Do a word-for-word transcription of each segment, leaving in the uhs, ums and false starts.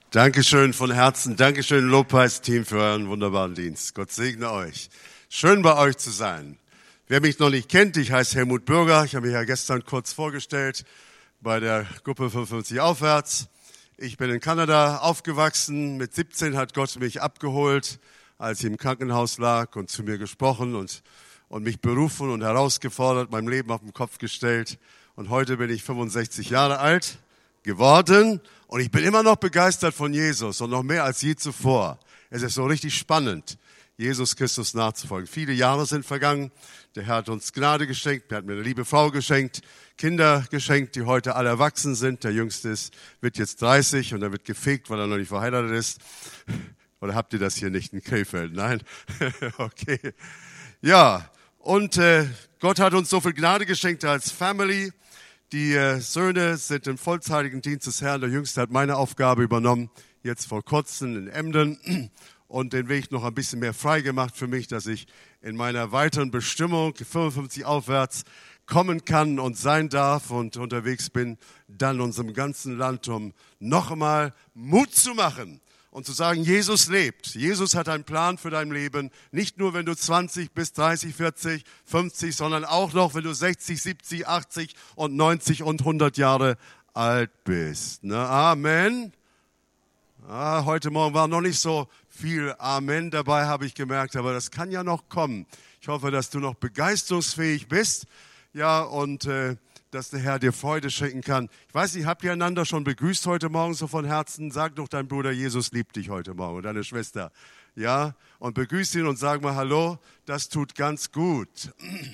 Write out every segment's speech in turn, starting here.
Dankeschön von Herzen. Dankeschön, Lobpreisteam, für euren wunderbaren Dienst. Gott segne euch. Schön bei euch zu sein. Wer mich noch nicht kennt, ich heiße Helmut Bürger. Ich habe mich ja gestern kurz vorgestellt bei der Gruppe fünfundfünfzig Aufwärts. Ich bin in Kanada aufgewachsen. Mit siebzehn hat Gott mich abgeholt, als ich im Krankenhaus lag und zu mir gesprochen und, und mich berufen und herausgefordert, mein Leben auf den Kopf gestellt. Und heute bin ich fünfundsechzig Jahre alt geworden. Und ich bin immer noch begeistert von Jesus und noch mehr als je zuvor. Es ist so richtig spannend, Jesus Christus nachzufolgen. Viele Jahre sind vergangen. Der Herr hat uns Gnade geschenkt. Er hat mir eine liebe Frau geschenkt, Kinder geschenkt, die heute alle erwachsen sind. Der Jüngste ist, wird jetzt dreißig und er wird gefegt, weil er noch nicht verheiratet ist. Oder habt ihr das hier nicht in Krefeld? Nein? Okay. Ja, und äh, Gott hat uns so viel Gnade geschenkt als Family. Die äh, Söhne sind im vollzeitigen Dienst des Herrn. Der Jüngste hat meine Aufgabe übernommen, jetzt vor kurzem in Emden, und den Weg noch ein bisschen mehr frei gemacht für mich, dass ich in meiner weiteren Bestimmung fünfundfünfzig aufwärts kommen kann und sein darf und unterwegs bin, dann in unserem ganzen Land, um noch einmal Mut zu machen. Und zu sagen, Jesus lebt. Jesus hat einen Plan für dein Leben. Nicht nur, wenn du zwanzig bis dreißig, vierzig, fünfzig, sondern auch noch, wenn du sechzig, siebzig, achtzig und neunzig und hundert Jahre alt bist. Ne? Amen. Ah, heute Morgen war noch nicht so viel Amen dabei, habe ich gemerkt. Aber das kann ja noch kommen. Ich hoffe, dass du noch begeisterungsfähig bist. Ja, und äh, dass der Herr dir Freude schenken kann. Ich weiß nicht, habt ihr einander schon begrüßt heute Morgen so von Herzen? Sag doch deinem Bruder, Jesus liebt dich heute Morgen, und deine Schwester. Ja, und begrüß ihn und sag mal Hallo, das tut ganz gut.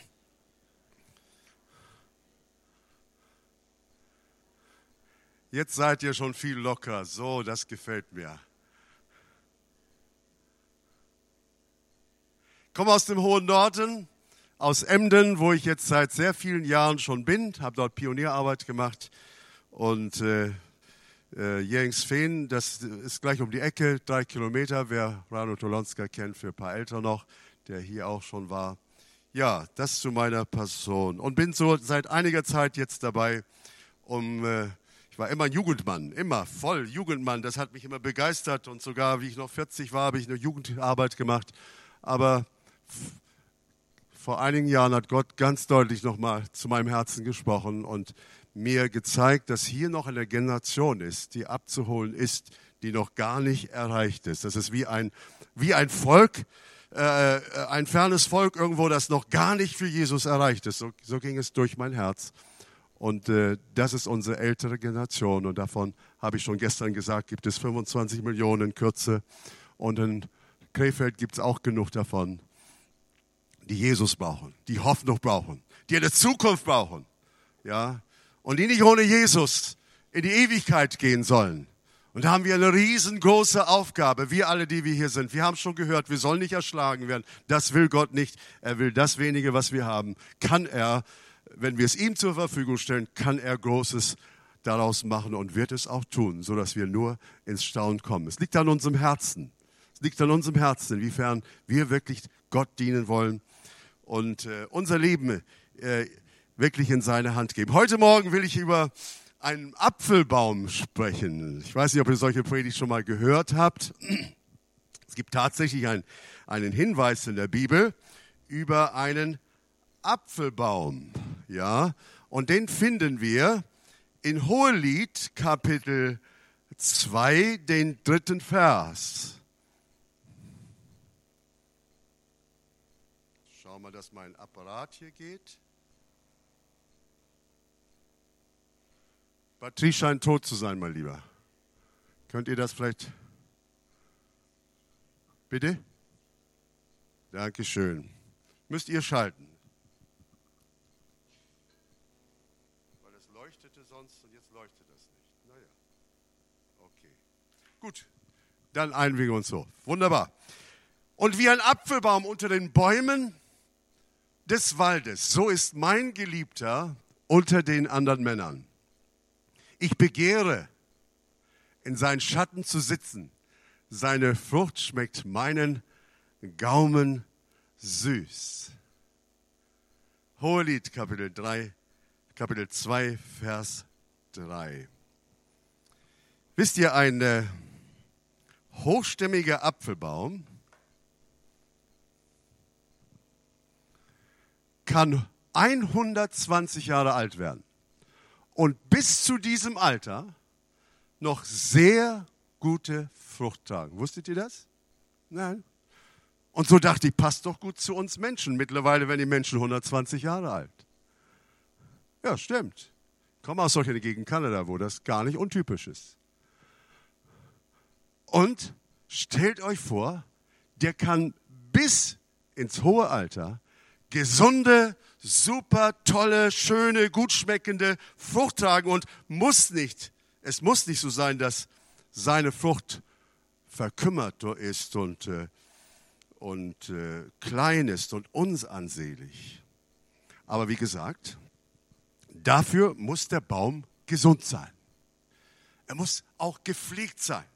Jetzt seid ihr schon viel locker, so, das gefällt mir. Ich komme aus dem hohen Norden, aus Emden, wo ich jetzt seit sehr vielen Jahren schon bin, habe dort Pionierarbeit gemacht, und äh, äh, Jeringsveen, das ist gleich um die Ecke, drei Kilometer, wer Rano Tolonska kennt, für ein paar Ältere noch, der hier auch schon war. Ja, das zu meiner Person, und bin so seit einiger Zeit jetzt dabei, um, äh, ich war immer ein Jugendmann, immer voll Jugendmann, das hat mich immer begeistert, und sogar, wie ich noch vierzig war, habe ich eine Jugendarbeit gemacht, aber vor einigen Jahren hat Gott ganz deutlich nochmal zu meinem Herzen gesprochen und mir gezeigt, dass hier noch eine Generation ist, die abzuholen ist, die noch gar nicht erreicht ist. Das ist wie ein, wie ein Volk, äh, ein fernes Volk irgendwo, das noch gar nicht für Jesus erreicht ist. So, so ging es durch mein Herz. Und äh, das ist unsere ältere Generation. Und davon, habe ich schon gestern gesagt, gibt es fünfundzwanzig Millionen in Kürze. Und in Krefeld gibt es auch genug davon, die Jesus brauchen, die Hoffnung brauchen, die eine Zukunft brauchen, ja, und die nicht ohne Jesus in die Ewigkeit gehen sollen. Und da haben wir eine riesengroße Aufgabe, wir alle, die wir hier sind. Wir haben schon gehört, wir sollen nicht erschlagen werden. Das will Gott nicht. Er will das wenige, was wir haben. Kann er, wenn wir es ihm zur Verfügung stellen, kann er Großes daraus machen und wird es auch tun, sodass wir nur ins Staunen kommen. Es liegt an unserem Herzen. Es liegt an unserem Herzen, inwiefern wir wirklich Gott dienen wollen und äh, unser Leben äh, wirklich in seine Hand geben. Heute Morgen will ich über einen Apfelbaum sprechen. Ich weiß nicht, ob ihr solche Predigt schon mal gehört habt. Es gibt tatsächlich ein, einen Hinweis in der Bibel über einen Apfelbaum. Ja, und den finden wir in Hohelied Kapitel zwei, den dritten Vers. Schauen wir, dass mein Apparat hier geht. Batterie scheint tot zu sein, mein Lieber. Könnt ihr das vielleicht... Bitte? Dankeschön. Müsst ihr schalten. Weil es leuchtete sonst und jetzt leuchtet das nicht. Naja. Okay. Gut. Dann einigen wir uns so. Wunderbar. Und wie ein Apfelbaum unter den Bäumen des Waldes, so ist mein Geliebter unter den anderen Männern. Ich begehre, in seinen Schatten zu sitzen. Seine Frucht schmeckt meinen Gaumen süß. Hohelied, Kapitel drei, Kapitel zwei, Vers drei. Wisst ihr, ein, hochstämmige Apfelbaum kann hundertzwanzig Jahre alt werden und bis zu diesem Alter noch sehr gute Frucht tragen. Wusstet ihr das? Nein. Und so dachte ich, passt doch gut zu uns Menschen. Mittlerweile werden die Menschen hundertzwanzig Jahre alt. Ja, stimmt. Ich komme aus solcher Gegend Kanada, wo das gar nicht untypisch ist. Und stellt euch vor, der kann bis ins hohe Alter gesunde, super tolle, schöne, gut schmeckende Frucht tragen und muss nicht, es muss nicht so sein, dass seine Frucht verkümmert ist und, äh, und äh, klein ist und unsansehlich. Aber wie gesagt, dafür muss der Baum gesund sein. Er muss auch gepflegt sein.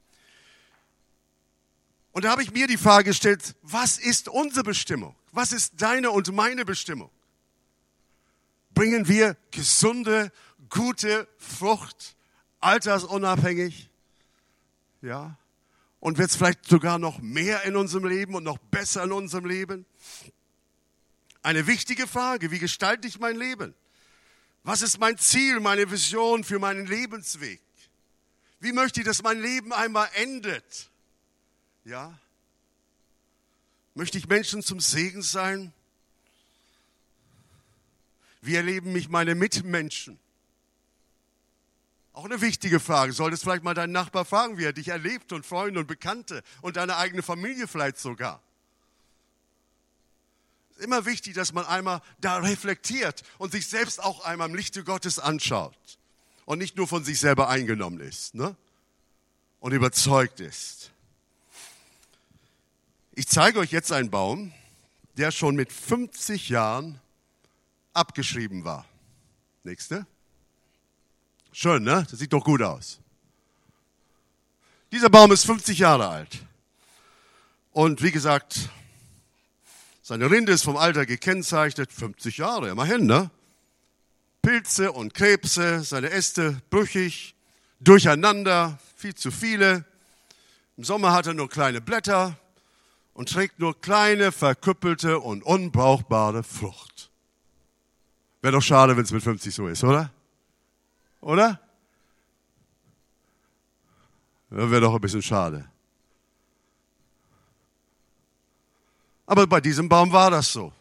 Und da habe ich mir die Frage gestellt, was ist unsere Bestimmung? Was ist deine und meine Bestimmung? Bringen wir gesunde, gute Frucht, altersunabhängig? Ja? Und wird es vielleicht sogar noch mehr in unserem Leben und noch besser in unserem Leben? Eine wichtige Frage, wie gestalte ich mein Leben? Was ist mein Ziel, meine Vision für meinen Lebensweg? Wie möchte ich, dass mein Leben einmal endet? Ja? Möchte ich Menschen zum Segen sein? Wie erleben mich meine Mitmenschen? Auch eine wichtige Frage. Solltest vielleicht mal deinen Nachbar fragen, wie er dich erlebt und Freunde und Bekannte und deine eigene Familie vielleicht sogar. Es ist immer wichtig, dass man einmal da reflektiert und sich selbst auch einmal im Lichte Gottes anschaut und nicht nur von sich selber eingenommen ist, ne? Und überzeugt ist. Ich zeige euch jetzt einen Baum, der schon mit fünfzig Jahren abgeschrieben war. Nächste. Schön, ne? Das sieht doch gut aus. Dieser Baum ist fünfzig Jahre alt. Und wie gesagt, seine Rinde ist vom Alter gekennzeichnet. fünfzig Jahre, immerhin, ne? Pilze und Krebse, seine Äste brüchig, durcheinander, viel zu viele. Im Sommer hat er nur kleine Blätter und trägt nur kleine, verküppelte und unbrauchbare Frucht. Wäre doch schade, wenn es mit fünfzig so ist, oder? Oder? Ja, wäre doch ein bisschen schade. Aber bei diesem Baum war das so.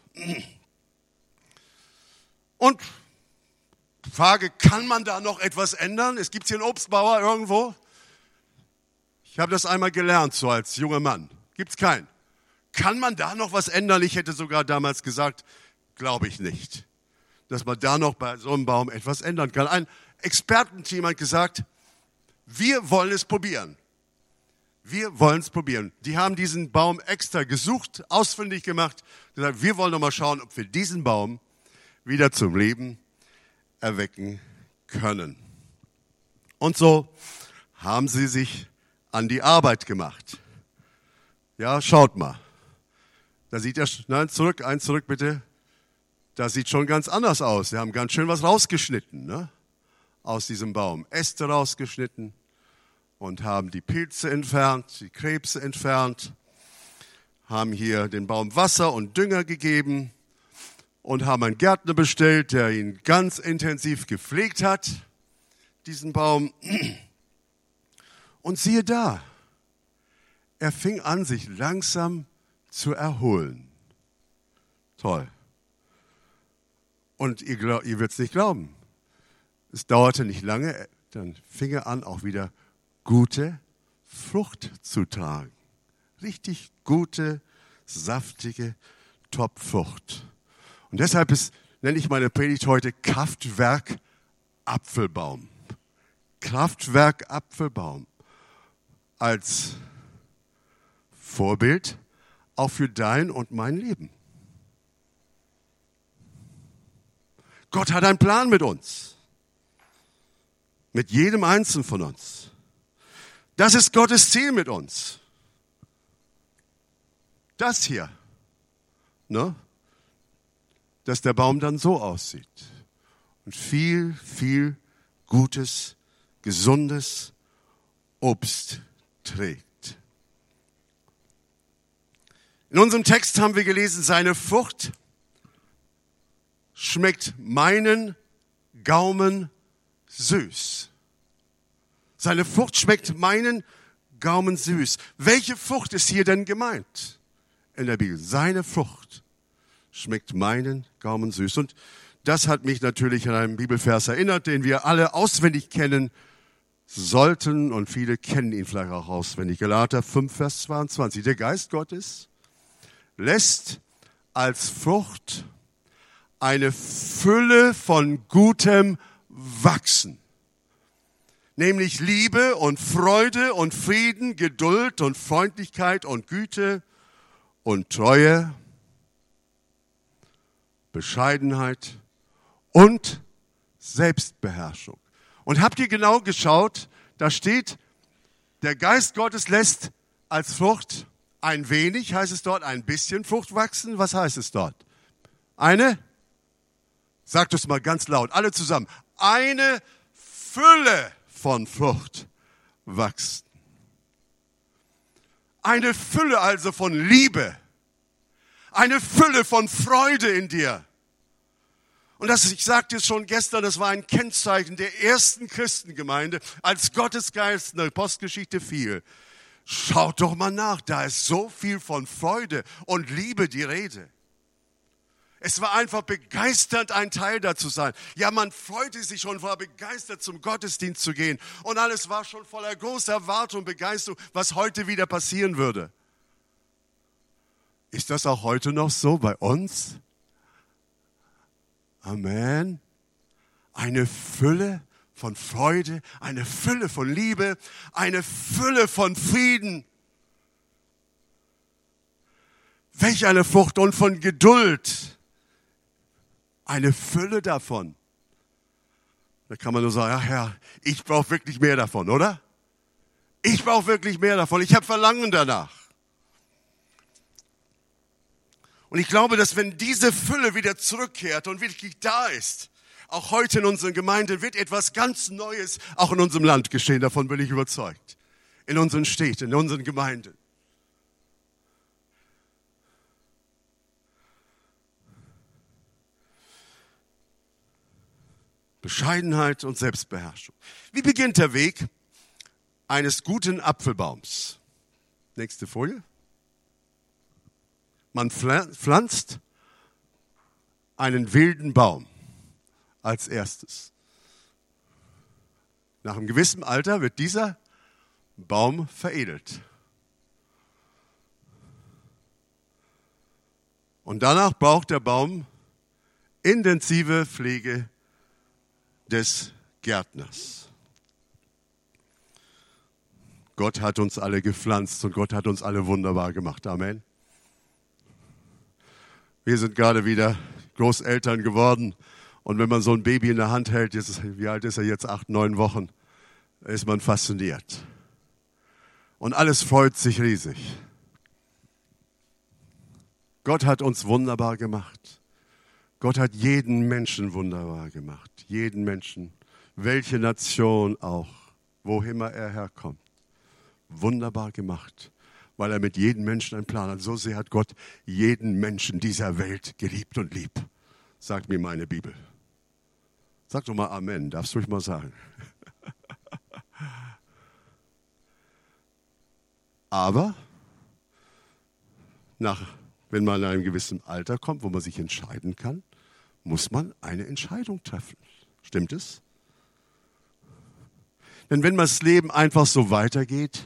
Und Frage, kann man da noch etwas ändern? Es gibt hier einen Obstbauer irgendwo. Ich habe das einmal gelernt, so als junger Mann. Gibt's keinen. Kann man da noch was ändern? Ich hätte sogar damals gesagt, glaube ich nicht, dass man da noch bei so einem Baum etwas ändern kann. Ein Expertenteam hat gesagt, wir wollen es probieren. Wir wollen es probieren. Die haben diesen Baum extra gesucht, ausfindig gemacht, gesagt, wir wollen noch mal schauen, ob wir diesen Baum wieder zum Leben erwecken können. Und so haben sie sich an die Arbeit gemacht. Ja, schaut mal. Da sieht er, nein, zurück, eins zurück bitte. Das sieht schon ganz anders aus. Sie haben ganz schön was rausgeschnitten, ne? Aus diesem Baum. Äste rausgeschnitten und haben die Pilze entfernt, die Krebse entfernt, haben hier den Baum Wasser und Dünger gegeben und haben einen Gärtner bestellt, der ihn ganz intensiv gepflegt hat, diesen Baum. Und siehe da, er fing an, sich langsam zu erholen. Toll. Und ihr, glaub, ihr werdet es nicht glauben. Es dauerte nicht lange, dann fing er an, auch wieder gute Frucht zu tragen. Richtig gute, saftige Top-Frucht. Und deshalb ist, nenne ich meine Predigt heute Kraftwerk Apfelbaum. Kraftwerk Apfelbaum. Als Vorbild auch für dein und mein Leben. Gott hat einen Plan mit uns. Mit jedem Einzelnen von uns. Das ist Gottes Ziel mit uns. Das hier. Ne? Dass der Baum dann so aussieht. Und viel, viel gutes, gesundes Obst trägt. In unserem Text haben wir gelesen, seine Frucht schmeckt meinen Gaumen süß. Seine Frucht schmeckt meinen Gaumen süß. Welche Frucht ist hier denn gemeint in der Bibel? Seine Frucht schmeckt meinen Gaumen süß. Und das hat mich natürlich an einen Bibelvers erinnert, den wir alle auswendig kennen sollten. Und viele kennen ihn vielleicht auch auswendig. Galater fünf, Vers zweiundzwanzig. Der Geist Gottes lässt als Frucht eine Fülle von Gutem wachsen. Nämlich Liebe und Freude und Frieden, Geduld und Freundlichkeit und Güte und Treue, Bescheidenheit und Selbstbeherrschung. Und habt ihr genau geschaut, da steht, der Geist Gottes lässt als Frucht ein wenig, heißt es dort, ein bisschen Frucht wachsen. Was heißt es dort? Eine? Sagt es mal ganz laut, alle zusammen. Eine Fülle von Frucht wachsen. Eine Fülle also von Liebe. Eine Fülle von Freude in dir. Und das, ich sagte es schon gestern, das war ein Kennzeichen der ersten Christengemeinde, als Gottes Geist in der Apostelgeschichte fiel. Schaut doch mal nach, da ist so viel von Freude und Liebe die Rede. Es war einfach begeisternd, ein Teil da zu sein. Ja, man freute sich schon, war begeistert, zum Gottesdienst zu gehen. Und alles war schon voller großer Erwartung und Begeisterung, was heute wieder passieren würde. Ist das auch heute noch so bei uns? Amen. Eine Fülle von Freude, eine Fülle von Liebe, eine Fülle von Frieden. Welch eine Frucht und von Geduld. Eine Fülle davon. Da kann man nur sagen, ach Herr, ich brauche wirklich mehr davon, oder? Ich brauche wirklich mehr davon. Ich habe Verlangen danach. Und ich glaube, dass wenn diese Fülle wieder zurückkehrt und wirklich da ist, auch heute in unseren Gemeinden wird etwas ganz Neues auch in unserem Land geschehen. Davon bin ich überzeugt. In unseren Städten, in unseren Gemeinden. Bescheidenheit und Selbstbeherrschung. Wie beginnt der Weg eines guten Apfelbaums? Nächste Folie. Man pflanzt einen wilden Baum als erstes. Nach einem gewissen Alter wird dieser Baum veredelt. Und danach braucht der Baum intensive Pflege des Gärtners. Gott hat uns alle gepflanzt und Gott hat uns alle wunderbar gemacht. Amen. Wir sind gerade wieder Großeltern geworden und wenn man so ein Baby in der Hand hält, jetzt, wie alt ist er jetzt, acht, neun Wochen, ist man fasziniert. Und alles freut sich riesig. Gott hat uns wunderbar gemacht. Gott hat jeden Menschen wunderbar gemacht. Jeden Menschen, welche Nation auch, wo immer er herkommt. Wunderbar gemacht, weil er mit jedem Menschen einen Plan hat. So sehr hat Gott jeden Menschen dieser Welt geliebt und lieb. Sagt mir meine Bibel. Sag doch mal Amen, darfst du ruhig mal sagen. Aber nach, wenn man in einem gewissen Alter kommt, wo man sich entscheiden kann, muss man eine Entscheidung treffen. Stimmt es? Denn wenn das Leben einfach so weitergeht,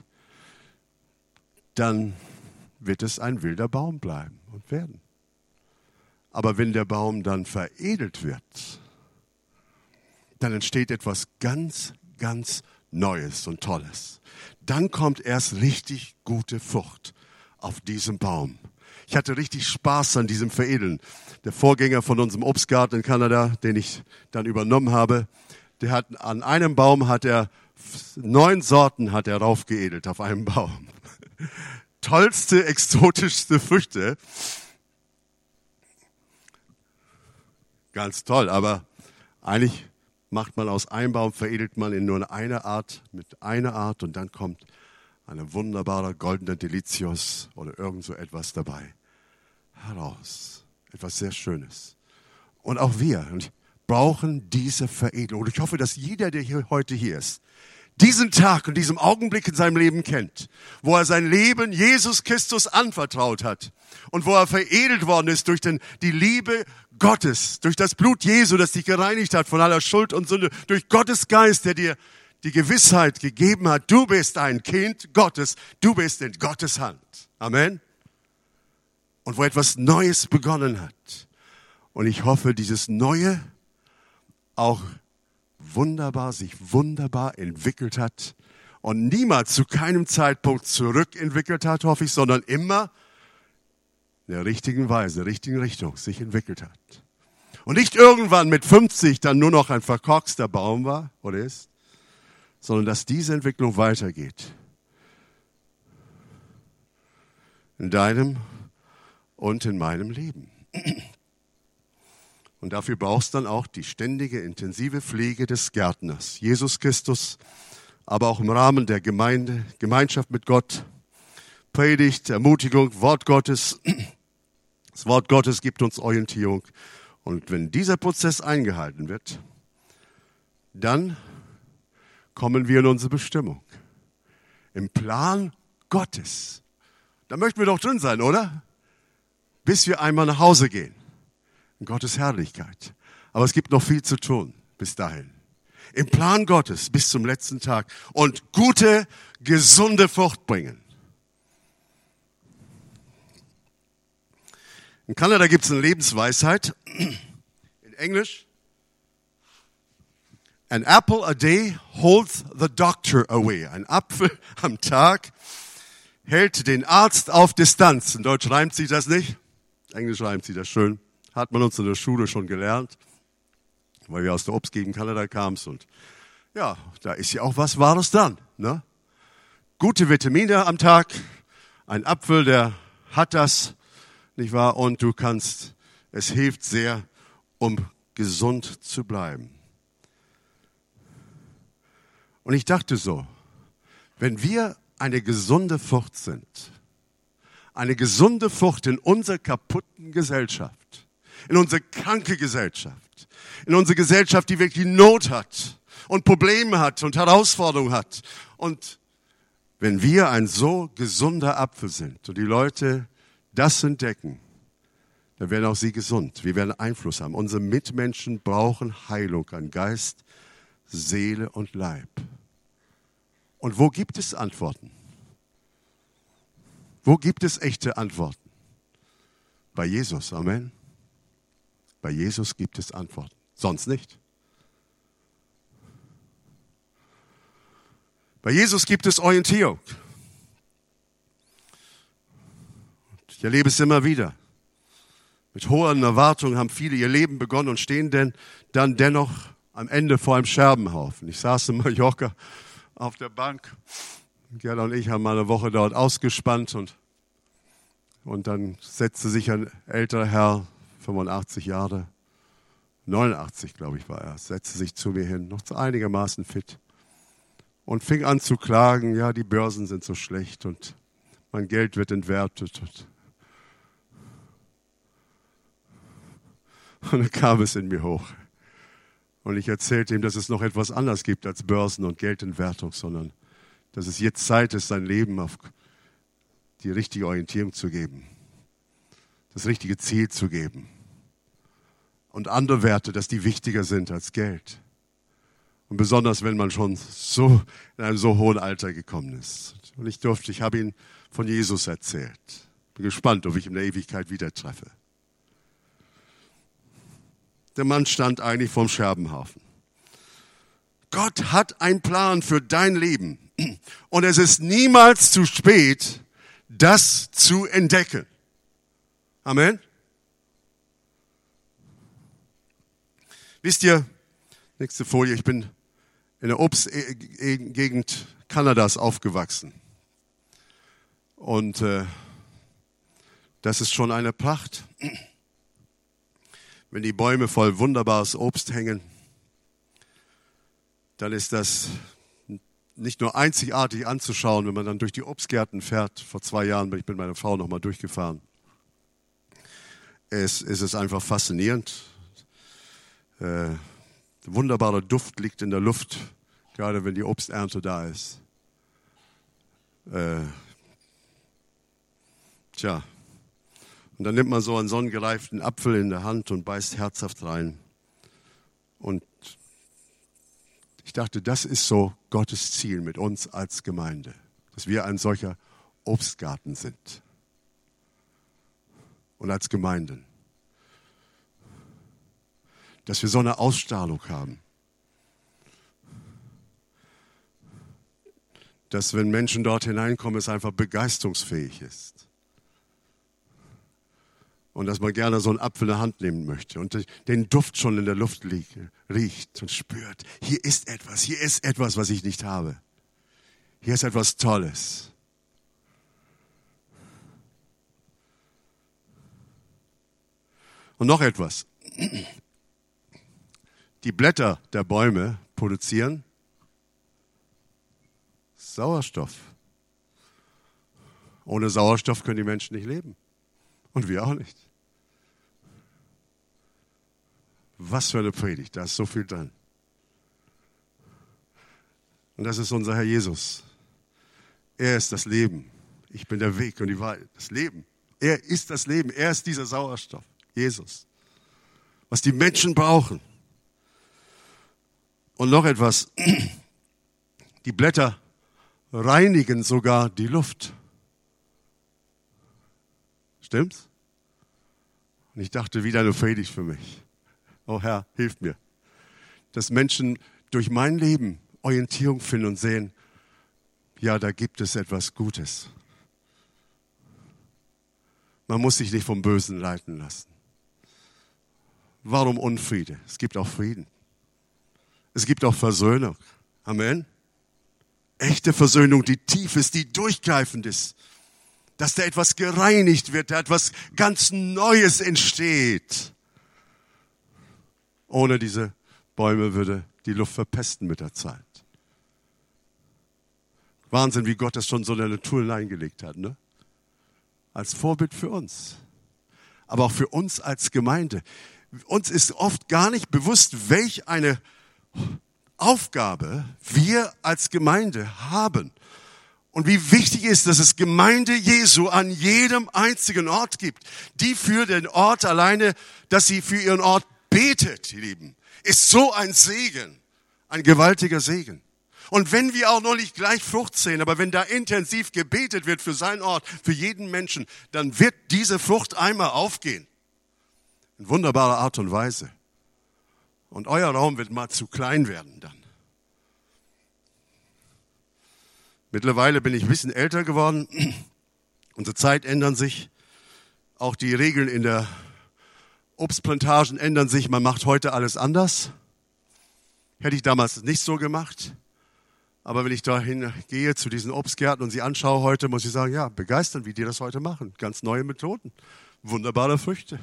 dann wird es ein wilder Baum bleiben und werden. Aber wenn der Baum dann veredelt wird, dann entsteht etwas ganz, ganz Neues und Tolles. Dann kommt erst richtig gute Frucht auf diesem Baum. Ich hatte richtig Spaß an diesem Veredeln. Der Vorgänger von unserem Obstgarten in Kanada, den ich dann übernommen habe, der hat an einem Baum hat er neun Sorten hat er raufgeedelt auf einem Baum. Tollste, exotischste Früchte. Ganz toll, aber eigentlich macht man aus einem Baum, veredelt man in nur eine Art, mit einer Art und dann kommt eine wunderbare goldene Delicios oder irgend so etwas dabei. Heraus. Etwas sehr Schönes. Und auch wir brauchen diese Veredelung. Und ich hoffe, dass jeder, der hier heute hier ist, diesen Tag und diesen Augenblick in seinem Leben kennt, wo er sein Leben Jesus Christus anvertraut hat und wo er veredelt worden ist durch den, die Liebe Gottes, durch das Blut Jesu, das dich gereinigt hat von aller Schuld und Sünde, durch Gottes Geist, der dir die Gewissheit gegeben hat, du bist ein Kind Gottes, du bist in Gottes Hand. Amen. Und wo etwas Neues begonnen hat. Und ich hoffe, dieses Neue auch wunderbar, sich wunderbar entwickelt hat und niemals zu keinem Zeitpunkt zurückentwickelt hat, hoffe ich, sondern immer in der richtigen Weise, in der richtigen Richtung sich entwickelt hat. Und nicht irgendwann mit fünfzig dann nur noch ein verkorkster Baum war oder ist, sondern dass diese Entwicklung weitergeht. In deinem und in meinem Leben. Und dafür brauchst du dann auch die ständige, intensive Pflege des Gärtners, Jesus Christus, aber auch im Rahmen der Gemeinde, Gemeinschaft mit Gott, Predigt, Ermutigung, Wort Gottes. Das Wort Gottes gibt uns Orientierung. Und wenn dieser Prozess eingehalten wird, dann kommen wir in unsere Bestimmung. Im Plan Gottes. Da möchten wir doch drin sein, oder? Bis wir einmal nach Hause gehen. In Gottes Herrlichkeit. Aber es gibt noch viel zu tun bis dahin. Im Plan Gottes bis zum letzten Tag. Und gute, gesunde Frucht bringen. In Kanada gibt es eine Lebensweisheit. In Englisch. An apple a day holds the doctor away. Ein Apfel am Tag hält den Arzt auf Distanz. In Deutsch reimt sich das nicht. In Englisch reimt sich das schön. Hat man uns in der Schule schon gelernt, weil wir aus der Obstgegend Kanada kamen. Und ja, da ist ja auch was Wahres dran. Ne? Gute Vitamine am Tag, ein Apfel, der hat das, nicht wahr? Und du kannst, es hilft sehr, um gesund zu bleiben. Und ich dachte so, wenn wir eine gesunde Frucht sind, eine gesunde Frucht in unserer kaputten Gesellschaft, in unsere kranke Gesellschaft, in unsere Gesellschaft, die wirklich Not hat und Probleme hat und Herausforderungen hat. Und wenn wir ein so gesunder Apfel sind und die Leute das entdecken, dann werden auch sie gesund. Wir werden Einfluss haben. Unsere Mitmenschen brauchen Heilung an Geist, Seele und Leib. Und wo gibt es Antworten? Wo gibt es echte Antworten? Bei Jesus, Amen. Bei Jesus gibt es Antworten, sonst nicht. Bei Jesus gibt es Orientierung. Ich erlebe es immer wieder. Mit hohen Erwartungen haben viele ihr Leben begonnen und stehen denn dann dennoch am Ende vor einem Scherbenhaufen. Ich saß in Mallorca auf der Bank. Gerda und ich haben mal eine Woche dort ausgespannt und, und dann setzte sich ein älterer Herr, fünfundachtzig Jahre, neunundachtzig glaube ich war er, setzte sich zu mir hin, noch einigermaßen fit und fing an zu klagen, ja, die Börsen sind so schlecht und mein Geld wird entwertet. Und, und dann kam es in mir hoch. Und ich erzählte ihm, dass es noch etwas anderes gibt als Börsen und Geldentwertung, sondern dass es jetzt Zeit ist, sein Leben auf die richtige Orientierung zu geben, das richtige Ziel zu geben. Und andere Werte, dass die wichtiger sind als Geld. Und besonders, wenn man schon so in einem so hohen Alter gekommen ist. Und ich durfte, ich habe ihm von Jesus erzählt. Bin gespannt, ob ich ihn in der Ewigkeit wieder treffe. Der Mann stand eigentlich vorm Scherbenhaufen. Gott hat einen Plan für dein Leben. Und es ist niemals zu spät, das zu entdecken. Amen. Wisst ihr, nächste Folie, ich bin in der Obstgegend Kanadas aufgewachsen. Und äh, das ist schon eine Pracht. Wenn die Bäume voll wunderbares Obst hängen, dann ist das nicht nur einzigartig anzuschauen, wenn man dann durch die Obstgärten fährt. Vor zwei Jahren bin ich mit meiner Frau noch mal durchgefahren. Es, es ist einfach faszinierend. Äh, wunderbarer Duft liegt in der Luft, gerade wenn die Obsternte da ist. Äh, tja, und dann nimmt man so einen sonnengereiften Apfel in der Hand und beißt herzhaft rein. Und ich dachte, das ist so Gottes Ziel mit uns als Gemeinde, dass wir ein solcher Obstgarten sind. Und als Gemeinden. Dass wir so eine Ausstrahlung haben. Dass, wenn Menschen dort hineinkommen, es einfach begeisterungsfähig ist. Und dass man gerne so einen Apfel in der Hand nehmen möchte und den Duft schon in der Luft riecht und spürt, hier ist etwas, hier ist etwas, was ich nicht habe. Hier ist etwas Tolles. Und noch etwas. Die Blätter der Bäume produzieren Sauerstoff. Ohne Sauerstoff können die Menschen nicht leben. Und wir auch nicht. Was für eine Predigt, da ist so viel drin. Und das ist unser Herr Jesus. Er ist das Leben. Ich bin der Weg und die Wahrheit. Das Leben. Er ist das Leben. Er ist dieser Sauerstoff. Jesus. Was die Menschen brauchen. Und noch etwas. Die Blätter reinigen sogar die Luft. Stimmt's? Und ich dachte, wieder eine Predigt für mich. Oh Herr, hilf mir. Dass Menschen durch mein Leben Orientierung finden und sehen, ja, da gibt es etwas Gutes. Man muss sich nicht vom Bösen leiten lassen. Warum Unfriede? Es gibt auch Frieden. Es gibt auch Versöhnung. Amen. Echte Versöhnung, die tief ist, die durchgreifend ist. Dass da etwas gereinigt wird, da etwas ganz Neues entsteht. Ohne diese Bäume würde die Luft verpesten mit der Zeit. Wahnsinn, wie Gott das schon so in der Natur hineingelegt hat, ne? Als Vorbild für uns. Aber auch für uns als Gemeinde. Uns ist oft gar nicht bewusst, welch eine Aufgabe wir als Gemeinde haben. Und wie wichtig ist, dass es Gemeinde Jesu an jedem einzigen Ort gibt, die für den Ort alleine, dass sie für ihren Ort betet, ihr Lieben, ist so ein Segen, ein gewaltiger Segen. Und wenn wir auch noch nicht gleich Frucht sehen, aber wenn da intensiv gebetet wird für seinen Ort, für jeden Menschen, dann wird diese Frucht einmal aufgehen. In wunderbarer Art und Weise. Und euer Raum wird mal zu klein werden dann. Mittlerweile bin ich ein bisschen älter geworden. Unsere Zeit ändern sich. Auch die Regeln in der Obstplantagen ändern sich. Man macht heute alles anders. Hätte ich damals nicht so gemacht. Aber wenn ich dahin gehe zu diesen Obstgärten und sie anschaue heute, muss ich sagen, ja, begeistern, wie die das heute machen. Ganz neue Methoden. Wunderbare Früchte.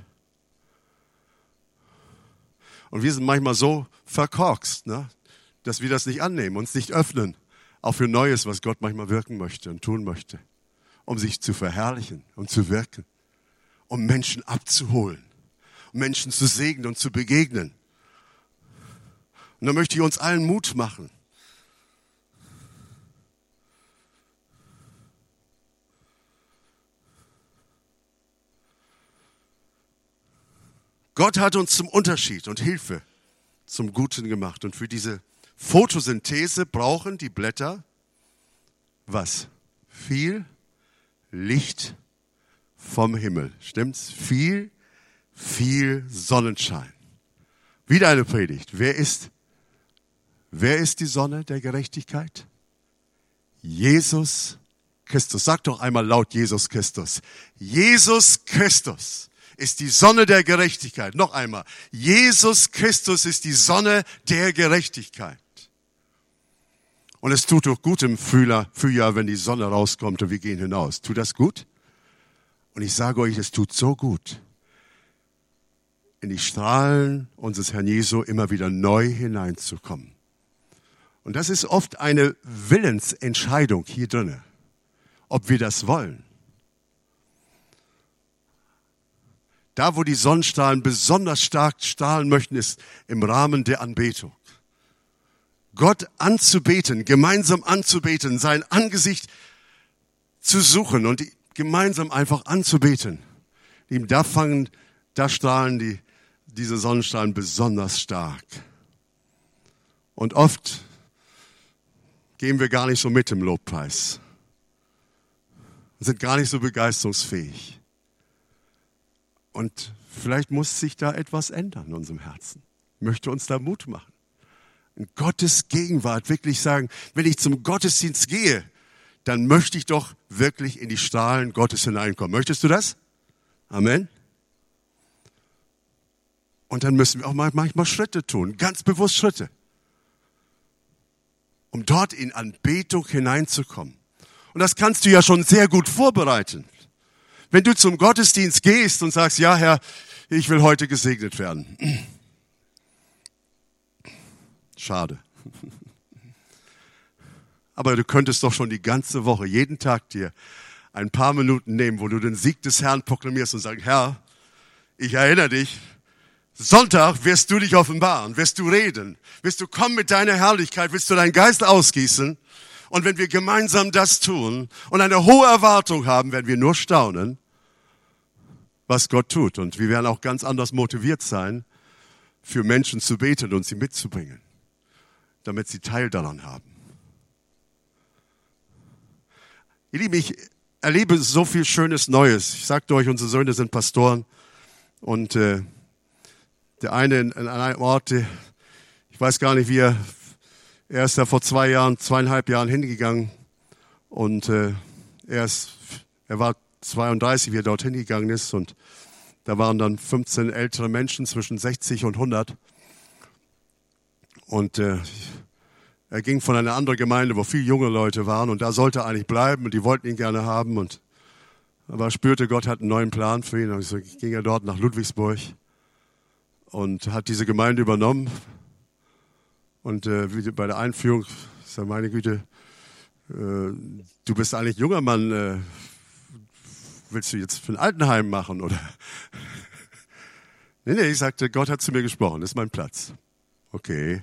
Und wir sind manchmal so verkorkst, ne, dass wir das nicht annehmen, uns nicht öffnen. Auch für Neues, was Gott manchmal wirken möchte und tun möchte. Um sich zu verherrlichen und zu wirken. Um Menschen abzuholen. Um Menschen zu segnen und zu begegnen. Und da möchte ich uns allen Mut machen. Gott hat uns zum Unterschied und Hilfe zum Guten gemacht. Und für diese Photosynthese brauchen die Blätter was? Viel Licht vom Himmel. Stimmt's? Viel, viel Sonnenschein. Wieder eine Predigt. Wer ist, wer ist die Sonne der Gerechtigkeit? Jesus Christus. Sag doch einmal laut Jesus Christus. Jesus Christus ist die Sonne der Gerechtigkeit. Noch einmal. Jesus Christus ist die Sonne der Gerechtigkeit. Und es tut doch gut im Frühjahr, Frühjahr, wenn die Sonne rauskommt und wir gehen hinaus. Tut das gut? Und ich sage euch, es tut so gut, in die Strahlen unseres Herrn Jesu immer wieder neu hineinzukommen. Und das ist oft eine Willensentscheidung hier drinne, ob wir das wollen. Da, wo die Sonnenstrahlen besonders stark strahlen möchten, ist im Rahmen der Anbetung. Gott anzubeten, gemeinsam anzubeten, sein Angesicht zu suchen und gemeinsam einfach anzubeten. Da fangen, da strahlen die, diese Sonnenstrahlen besonders stark. Und oft gehen wir gar nicht so mit im Lobpreis. Sind gar nicht so begeisterungsfähig. Und vielleicht muss sich da etwas ändern in unserem Herzen. Ich möchte uns da Mut machen. In Gottes Gegenwart wirklich sagen, wenn ich zum Gottesdienst gehe, dann möchte ich doch wirklich in die Strahlen Gottes hineinkommen. Möchtest du das? Amen. Und dann müssen wir auch manchmal Schritte tun, ganz bewusst Schritte, um dort in Anbetung hineinzukommen. Und das kannst du ja schon sehr gut vorbereiten. Wenn du zum Gottesdienst gehst und sagst, ja Herr, ich will heute gesegnet werden. Schade. Aber du könntest doch schon die ganze Woche, jeden Tag dir ein paar Minuten nehmen, wo du den Sieg des Herrn proklamierst und sagst, Herr, ich erinnere dich, Sonntag wirst du dich offenbaren, wirst du reden, wirst du kommen mit deiner Herrlichkeit, wirst du deinen Geist ausgießen. Und wenn wir gemeinsam das tun und eine hohe Erwartung haben, werden wir nur staunen, was Gott tut. Und wir werden auch ganz anders motiviert sein, für Menschen zu beten und sie mitzubringen, damit sie Teil daran haben. Ihr Lieben, ich erlebe so viel Schönes Neues. Ich sagte euch, unsere Söhne sind Pastoren. Und äh, der eine in, in einem Ort, ich weiß gar nicht, wie er, er ist da vor zwei Jahren, zweieinhalb Jahren hingegangen. Und äh, er, ist, er war zweiunddreißig, wie er dort hingegangen ist. Und da waren dann fünfzehn ältere Menschen zwischen sechzig und hundert. Und äh, er ging von einer anderen Gemeinde, wo viele junge Leute waren. Und da sollte er eigentlich bleiben. Und die wollten ihn gerne haben. Und aber er spürte, Gott hat einen neuen Plan für ihn. Und so ging er dort nach Ludwigsburg und hat diese Gemeinde übernommen. Und äh, bei der Einführung, ich sage, meine Güte, äh, du bist eigentlich junger Mann, äh, willst du jetzt für ein Altenheim machen, oder? nee, nee, ich sagte, Gott hat zu mir gesprochen, das ist mein Platz. Okay.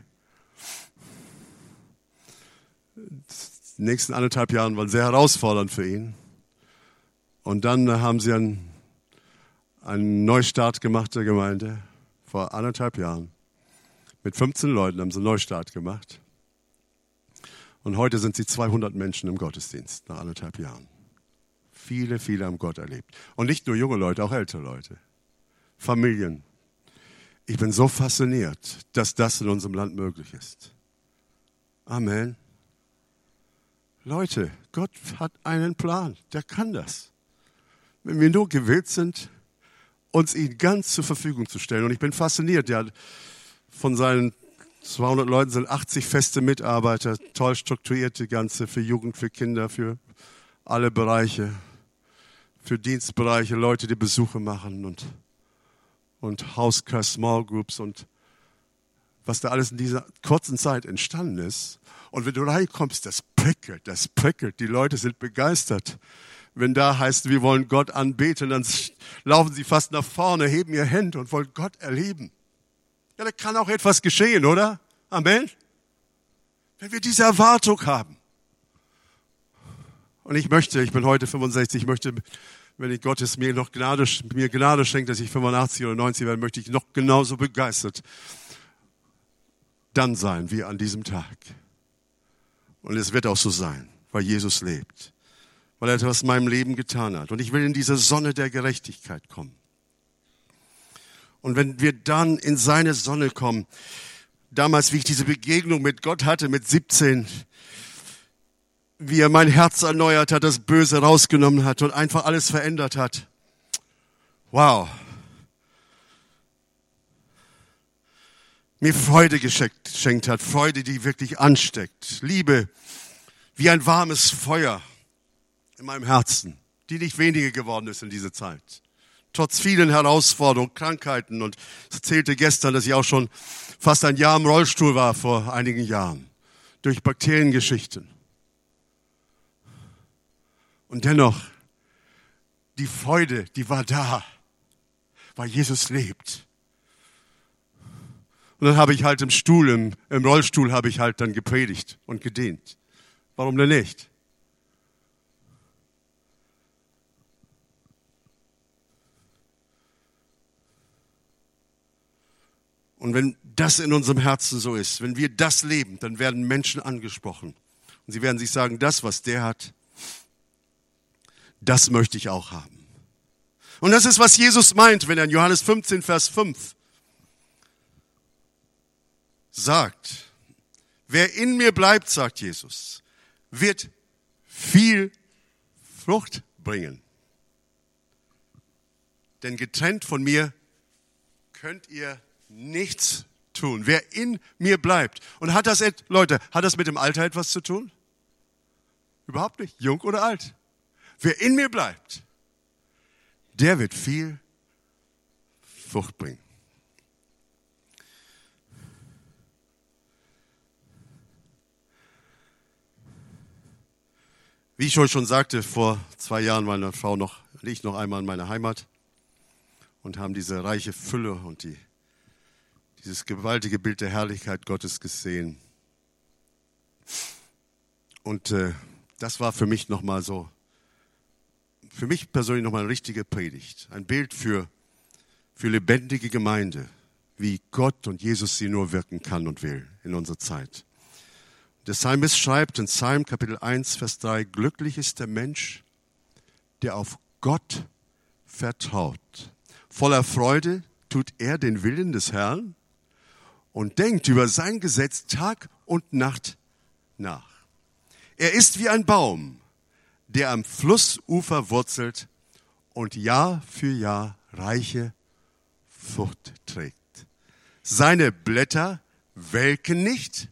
Die nächsten anderthalb Jahre waren sehr herausfordernd für ihn. Und dann haben sie einen, einen Neustart gemacht der Gemeinde, vor anderthalb Jahren. Mit fünfzehn Leuten haben sie einen Neustart gemacht. Und heute sind sie zweihundert Menschen im Gottesdienst, nach anderthalb Jahren. Viele, viele haben Gott erlebt. Und nicht nur junge Leute, auch ältere Leute. Familien. Ich bin so fasziniert, dass das in unserem Land möglich ist. Amen. Leute, Gott hat einen Plan, der kann das. Wenn wir nur gewillt sind, uns ihn ganz zur Verfügung zu stellen. Und ich bin fasziniert, ja, von seinen zweihundert Leuten sind achtzig feste Mitarbeiter, toll strukturierte Ganze für Jugend, für Kinder, für alle Bereiche, für Dienstbereiche, Leute, die Besuche machen und, und Hauscare, Small Groups und was da alles in dieser kurzen Zeit entstanden ist. Und wenn du reinkommst, das prickelt, das prickelt. Die Leute sind begeistert. Wenn da heißt, wir wollen Gott anbeten, dann laufen sie fast nach vorne, heben ihre Hände und wollen Gott erleben. Ja, da kann auch etwas geschehen, oder? Amen. Wenn wir diese Erwartung haben. Und ich möchte, ich bin heute fünfundsechzig, ich möchte, wenn ich Gottes mir noch Gnade, mir Gnade schenkt, dass ich fünfundachtzig oder neunzig werde, möchte ich noch genauso begeistert dann sein wie an diesem Tag. Und es wird auch so sein, weil Jesus lebt. Weil er etwas in meinem Leben getan hat. Und ich will in diese Sonne der Gerechtigkeit kommen. Und wenn wir dann in seine Sonne kommen, damals, wie ich diese Begegnung mit Gott hatte, mit siebzehn, wie er mein Herz erneuert hat, das Böse rausgenommen hat und einfach alles verändert hat. Wow. Mir Freude geschenkt, geschenkt hat, Freude, die wirklich ansteckt. Liebe, wie ein warmes Feuer in meinem Herzen, die nicht weniger geworden ist in dieser Zeit. Trotz vielen Herausforderungen, Krankheiten und ich erzählte gestern, dass ich auch schon fast ein Jahr im Rollstuhl war vor einigen Jahren. durch Bakteriengeschichten. Und dennoch, die Freude, die war da, weil Jesus lebt. Und dann habe ich halt im Stuhl, im, im Rollstuhl habe ich halt dann gepredigt und gedient. Warum denn nicht? Und wenn das in unserem Herzen so ist, wenn wir das leben, dann werden Menschen angesprochen. Und sie werden sich sagen, das, was der hat, das möchte ich auch haben. Und das ist, was Jesus meint, wenn er in Johannes fünfzehn, Vers fünf sagt, wer in mir bleibt, sagt Jesus, wird viel Frucht bringen. Denn getrennt von mir könnt ihr nichts tun. Wer in mir bleibt. Und hat das, Leute, hat das mit dem Alter etwas zu tun? Überhaupt nicht. Jung oder alt. Wer in mir bleibt, der wird viel Frucht bringen. Wie ich euch schon sagte, vor zwei Jahren war meine Frau noch, ich noch einmal in meiner Heimat und haben diese reiche Fülle und die dieses gewaltige Bild der Herrlichkeit Gottes gesehen. Und äh, das war für mich nochmal so, für mich persönlich nochmal eine richtige Predigt. Ein Bild für, für lebendige Gemeinde, wie Gott und Jesus sie nur wirken kann und will in unserer Zeit. Der Psalmist schreibt in Psalm Kapitel eins, Vers drei, glücklich ist der Mensch, der auf Gott vertraut. Voller Freude tut er den Willen des Herrn und denkt über sein Gesetz Tag und Nacht nach. Er ist wie ein Baum, der am Flussufer wurzelt und Jahr für Jahr reiche Frucht trägt. Seine Blätter welken nicht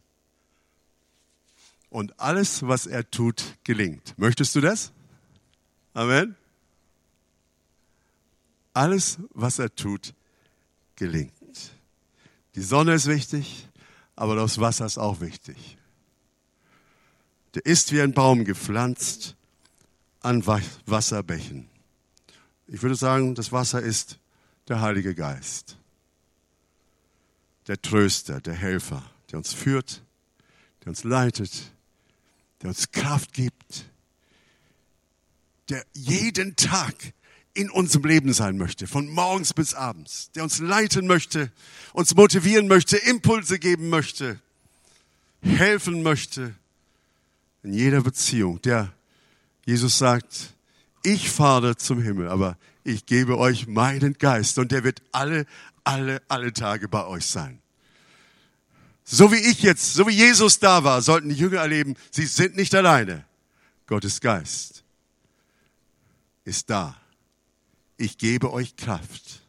und alles, was er tut, gelingt. Möchtest du das? Amen. Alles, was er tut, gelingt. Die Sonne ist wichtig, aber das Wasser ist auch wichtig. Der ist wie ein Baum gepflanzt an Wasserbächen. Ich würde sagen, das Wasser ist der Heilige Geist. Der Tröster, der Helfer, der uns führt, der uns leitet, der uns Kraft gibt, der jeden Tag in unserem Leben sein möchte, von morgens bis abends, der uns leiten möchte, uns motivieren möchte, Impulse geben möchte, helfen möchte in jeder Beziehung. Der Jesus sagt, ich fahre zum Himmel, aber ich gebe euch meinen Geist und der wird alle, alle, alle Tage bei euch sein. So wie ich jetzt, so wie Jesus da war, sollten die Jünger erleben, sie sind nicht alleine. Gottes Geist ist da. Ich gebe euch Kraft.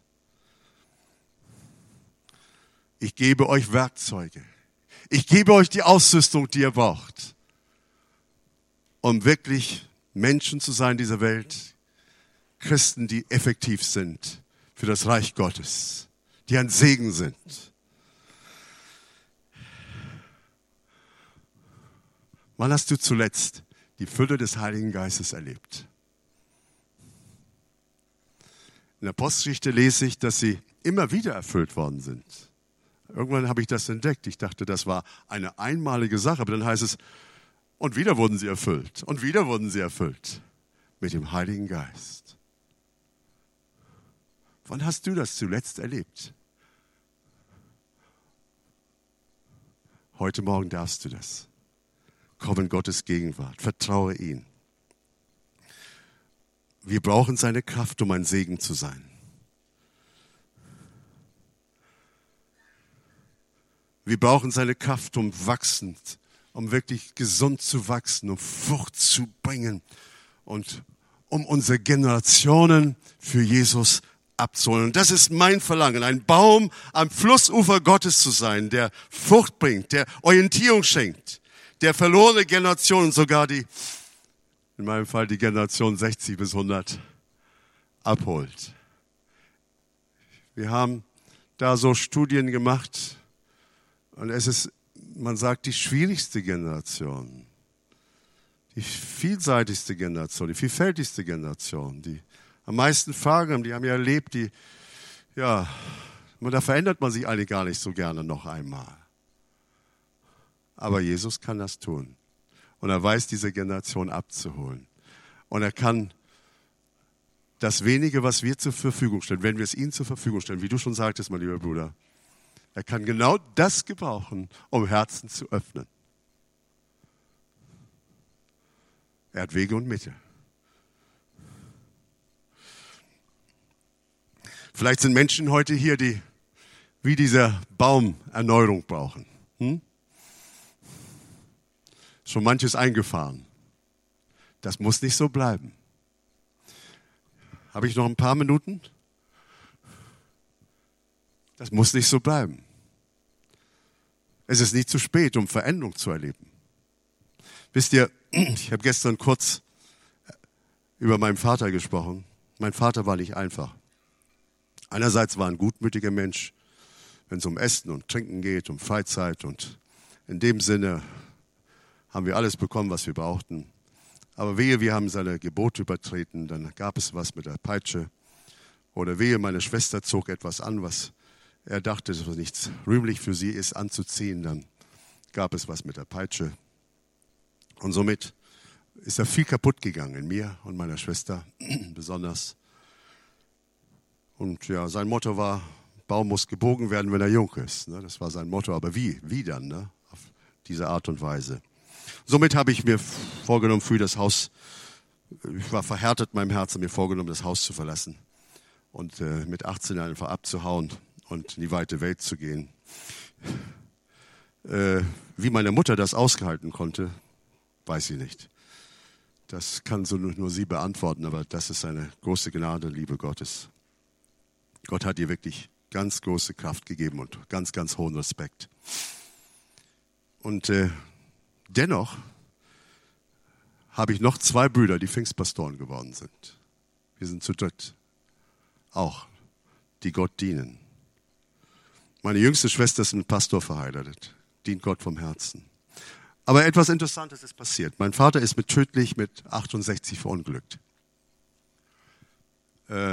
Ich gebe euch Werkzeuge. Ich gebe euch die Ausrüstung, die ihr braucht, um wirklich Menschen zu sein in dieser Welt, Christen, die effektiv sind für das Reich Gottes, die ein Segen sind. Wann hast du zuletzt die Fülle des Heiligen Geistes erlebt? In der Apostelgeschichte lese ich, dass sie immer wieder erfüllt worden sind. Irgendwann habe ich das entdeckt. Ich dachte, das war eine einmalige Sache. Aber dann heißt es, und wieder wurden sie erfüllt. Und wieder wurden sie erfüllt. Mit dem Heiligen Geist. Wann hast du das zuletzt erlebt? Heute Morgen darfst du das. Komm in Gottes Gegenwart. Vertraue ihm. Wir brauchen seine Kraft, um ein Segen zu sein. Wir brauchen seine Kraft, um wachsend, um wirklich gesund zu wachsen, um Frucht zu bringen und um unsere Generationen für Jesus abzuholen. Und das ist mein Verlangen, ein Baum am Flussufer Gottes zu sein, der Frucht bringt, der Orientierung schenkt, der verlorene Generationen, sogar die, in meinem Fall die Generation sechzig bis hundert, abholt. Wir haben da so Studien gemacht und es ist man sagt, die schwierigste Generation, die vielseitigste Generation, die vielfältigste Generation, die am meisten Fragen haben, die haben ja erlebt, die, ja, da verändert man sich eigentlich gar nicht so gerne noch einmal. Aber Jesus kann das tun. Und er weiß, diese Generation abzuholen. Und er kann das Wenige, was wir zur Verfügung stellen, wenn wir es ihm zur Verfügung stellen, wie du schon sagtest, mein lieber Bruder, er kann genau das gebrauchen, um Herzen zu öffnen. Er hat Wege und Mittel. Vielleicht sind Menschen heute hier, die wie dieser Baum Erneuerung brauchen. Hm? Schon manches eingefahren. Das muss nicht so bleiben. Habe ich noch ein paar Minuten? Das muss nicht so bleiben. Es ist nicht zu spät, um Veränderung zu erleben. Wisst ihr, ich habe gestern kurz über meinen Vater gesprochen. Mein Vater war nicht einfach. Einerseits war er ein gutmütiger Mensch, wenn es um Essen und Trinken geht, um Freizeit. Und in dem Sinne haben wir alles bekommen, was wir brauchten. Aber wehe, wir haben seine Gebote übertreten, dann gab es was mit der Peitsche. Oder wehe, meine Schwester zog etwas an, was er dachte, dass nichts rühmlich für sie ist, anzuziehen. Dann gab es was mit der Peitsche. Und somit ist da viel kaputt gegangen in mir und meiner Schwester besonders. Und ja, sein Motto war, Baum muss gebogen werden, wenn er jung ist. Das war sein Motto. Aber wie? Wie dann? Ne? Auf diese Art und Weise. Somit habe ich mir vorgenommen, für das Haus, ich war verhärtet in meinem Herzen, mir vorgenommen, das Haus zu verlassen. Und äh, mit achtzehn einfach abzuhauen und in die weite Welt zu gehen. Äh, wie meine Mutter das ausgehalten konnte, weiß ich nicht. Das kann so nur, nur sie beantworten, aber das ist eine große Gnade, Liebe Gottes. Gott hat ihr wirklich ganz große Kraft gegeben und ganz, ganz hohen Respekt. Und äh, dennoch habe ich noch zwei Brüder, die Pfingstpastoren geworden sind. Wir sind zu dritt. Auch, die Gott dienen. Meine jüngste Schwester ist mit einem Pastor verheiratet, dient Gott vom Herzen. Aber etwas Interessantes ist passiert. Mein Vater ist mit tödlich mit achtundsechzig verunglückt. Äh,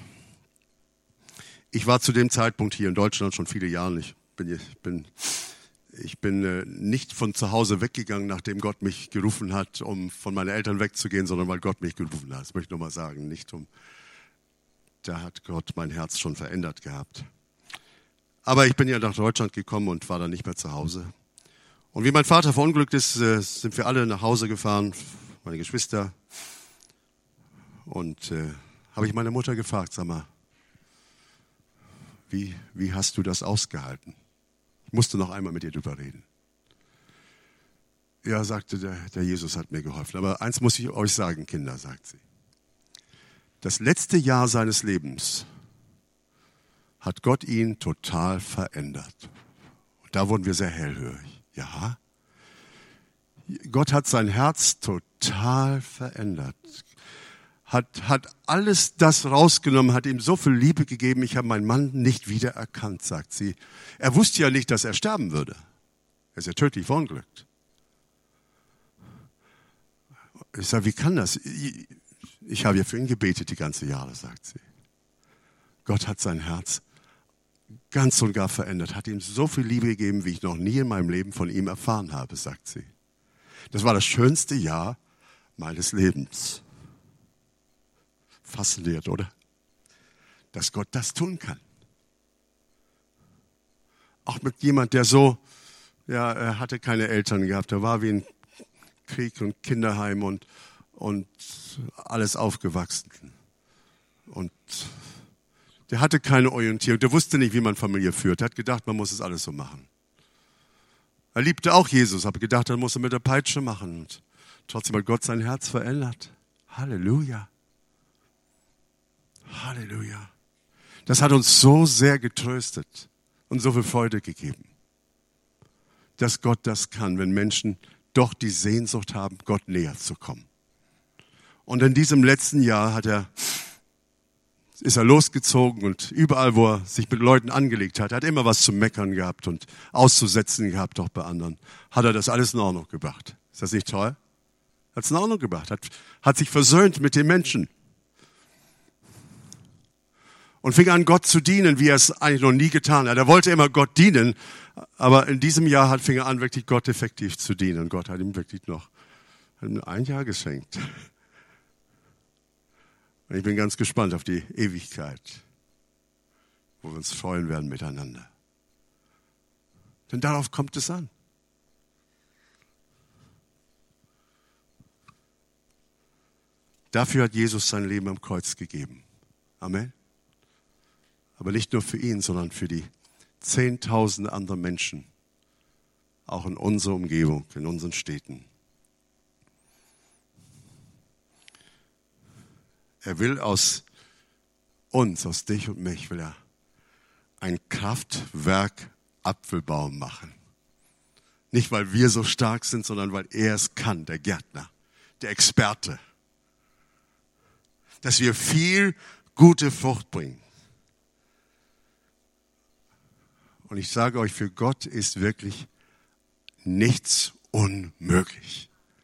ich war zu dem Zeitpunkt hier in Deutschland schon viele Jahre. Ich bin, ich bin, ich bin äh, nicht von zu Hause weggegangen, nachdem Gott mich gerufen hat, um von meinen Eltern wegzugehen, sondern weil Gott mich gerufen hat. Das möchte ich nochmal sagen. Nicht um, da hat Gott mein Herz schon verändert gehabt. Aber ich bin ja nach Deutschland gekommen und war dann nicht mehr zu Hause. Und wie mein Vater verunglückt ist, sind wir alle nach Hause gefahren, meine Geschwister. Und äh, habe ich meine Mutter gefragt, sag mal, wie, wie hast du das ausgehalten? Ich musste noch einmal mit ihr drüber reden. Ja, sagte der, der Jesus hat mir geholfen. Aber eins muss ich euch sagen, Kinder, sagt sie. Das letzte Jahr seines Lebens hat Gott ihn total verändert. Und da wurden wir sehr hellhörig. Ja, Gott hat sein Herz total verändert. Hat, hat alles das rausgenommen, hat ihm so viel Liebe gegeben. Ich habe meinen Mann nicht wiedererkannt, sagt sie. Er wusste ja nicht, dass er sterben würde. Er ist ja tödlich verunglückt. Ich sage, wie kann das? Ich, ich habe ja für ihn gebetet die ganze Jahre, sagt sie. Gott hat sein Herz ganz und gar verändert, hat ihm so viel Liebe gegeben, wie ich noch nie in meinem Leben von ihm erfahren habe, sagt sie. Das war das schönste Jahr meines Lebens. Faszinierend, oder? Dass Gott das tun kann. Auch mit jemand, der so, ja, er hatte keine Eltern gehabt, er war wie ein Krieg und Kinderheim und, und alles aufgewachsen. Und der hatte keine Orientierung, der wusste nicht, wie man Familie führt. Er hat gedacht, man muss es alles so machen. Er liebte auch Jesus, aber gedacht, er muss es mit der Peitsche machen. Und trotzdem hat Gott sein Herz verändert. Halleluja. Halleluja. Das hat uns so sehr getröstet und so viel Freude gegeben, dass Gott das kann, wenn Menschen doch die Sehnsucht haben, Gott näher zu kommen. Und in diesem letzten Jahr hat er ist er losgezogen und überall, wo er sich mit Leuten angelegt hat, hat immer was zu meckern gehabt und auszusetzen gehabt, auch bei anderen. Hat er das alles in Ordnung gebracht. Ist das nicht toll? Hat es in Ordnung gebracht, hat, hat sich versöhnt mit den Menschen. Und fing an, Gott zu dienen, wie er es eigentlich noch nie getan hat. Er wollte immer Gott dienen, aber in diesem Jahr hat, fing er an, wirklich Gott effektiv zu dienen. Und Gott hat ihm wirklich noch hat ihm ein Jahr geschenkt. Und ich bin ganz gespannt auf die Ewigkeit, wo wir uns freuen werden miteinander. Denn darauf kommt es an. Dafür hat Jesus sein Leben am Kreuz gegeben. Amen. Aber nicht nur für ihn, sondern für die Zehntausende anderen Menschen, auch in unserer Umgebung, in unseren Städten. Er will aus uns, aus dich und mich, will er ein Kraftwerk Apfelbaum machen. Nicht, weil wir so stark sind, sondern weil er es kann, der Gärtner, der Experte. Dass wir viel gute Frucht bringen. Und ich sage euch, für Gott ist wirklich nichts unmöglich.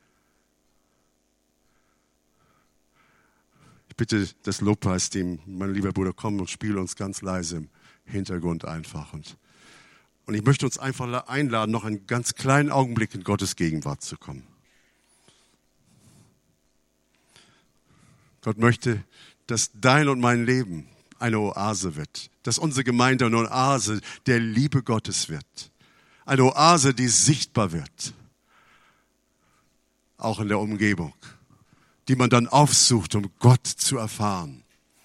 Ich bitte das Lobpreisteam, mein lieber Bruder, komm und spiel uns ganz leise im Hintergrund einfach. Und, und ich möchte uns einfach einladen, noch einen ganz kleinen Augenblick in Gottes Gegenwart zu kommen. Gott möchte, dass dein und mein Leben eine Oase wird, dass unsere Gemeinde eine Oase der Liebe Gottes wird, eine Oase, die sichtbar wird, auch in der Umgebung, die man dann aufsucht, um Gott zu erfahren,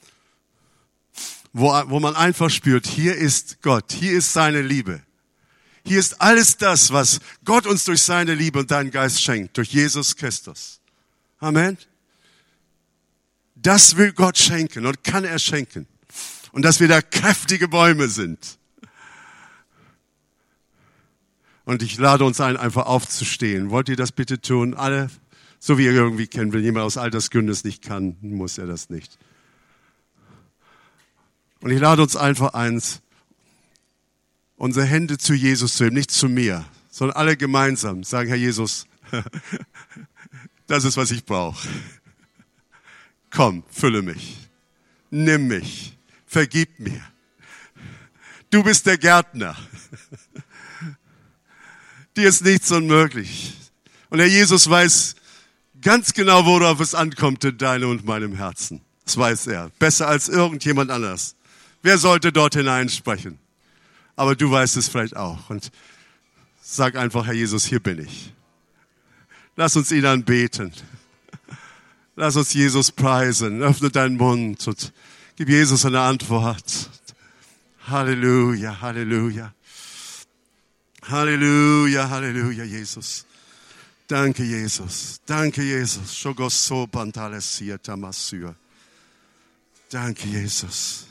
wo, wo man einfach spürt, hier ist Gott, hier ist seine Liebe, hier ist alles das, was Gott uns durch seine Liebe und deinen Geist schenkt, durch Jesus Christus. Amen. Das will Gott schenken und kann er schenken. Und dass wir da kräftige Bäume sind. Und ich lade uns ein, einfach aufzustehen. Wollt ihr das bitte tun? Alle, so wie ihr irgendwie kennt. Wenn jemand aus Altersgründen es nicht kann, muss er das nicht. Und ich lade uns einfach eins, unsere Hände zu Jesus zu heben, nicht zu mir, sondern alle gemeinsam sagen, Herr Jesus, das ist, was ich brauche. Komm, fülle mich, nimm mich, vergib mir. Du bist der Gärtner. Dir ist nichts unmöglich. Und Herr Jesus weiß ganz genau, worauf es ankommt in deinem und meinem Herzen. Das weiß er. Besser als irgendjemand anders. Wer sollte dort hineinsprechen? Aber du weißt es vielleicht auch. Und sag einfach, Herr Jesus, hier bin ich. Lass uns ihn anbeten. Lass uns Jesus preisen. Öffne deinen Mund und gib Jesus eine Antwort. Halleluja, Halleluja. Halleluja, Halleluja, Jesus. Danke, Jesus. Danke, Jesus. Danke, Jesus.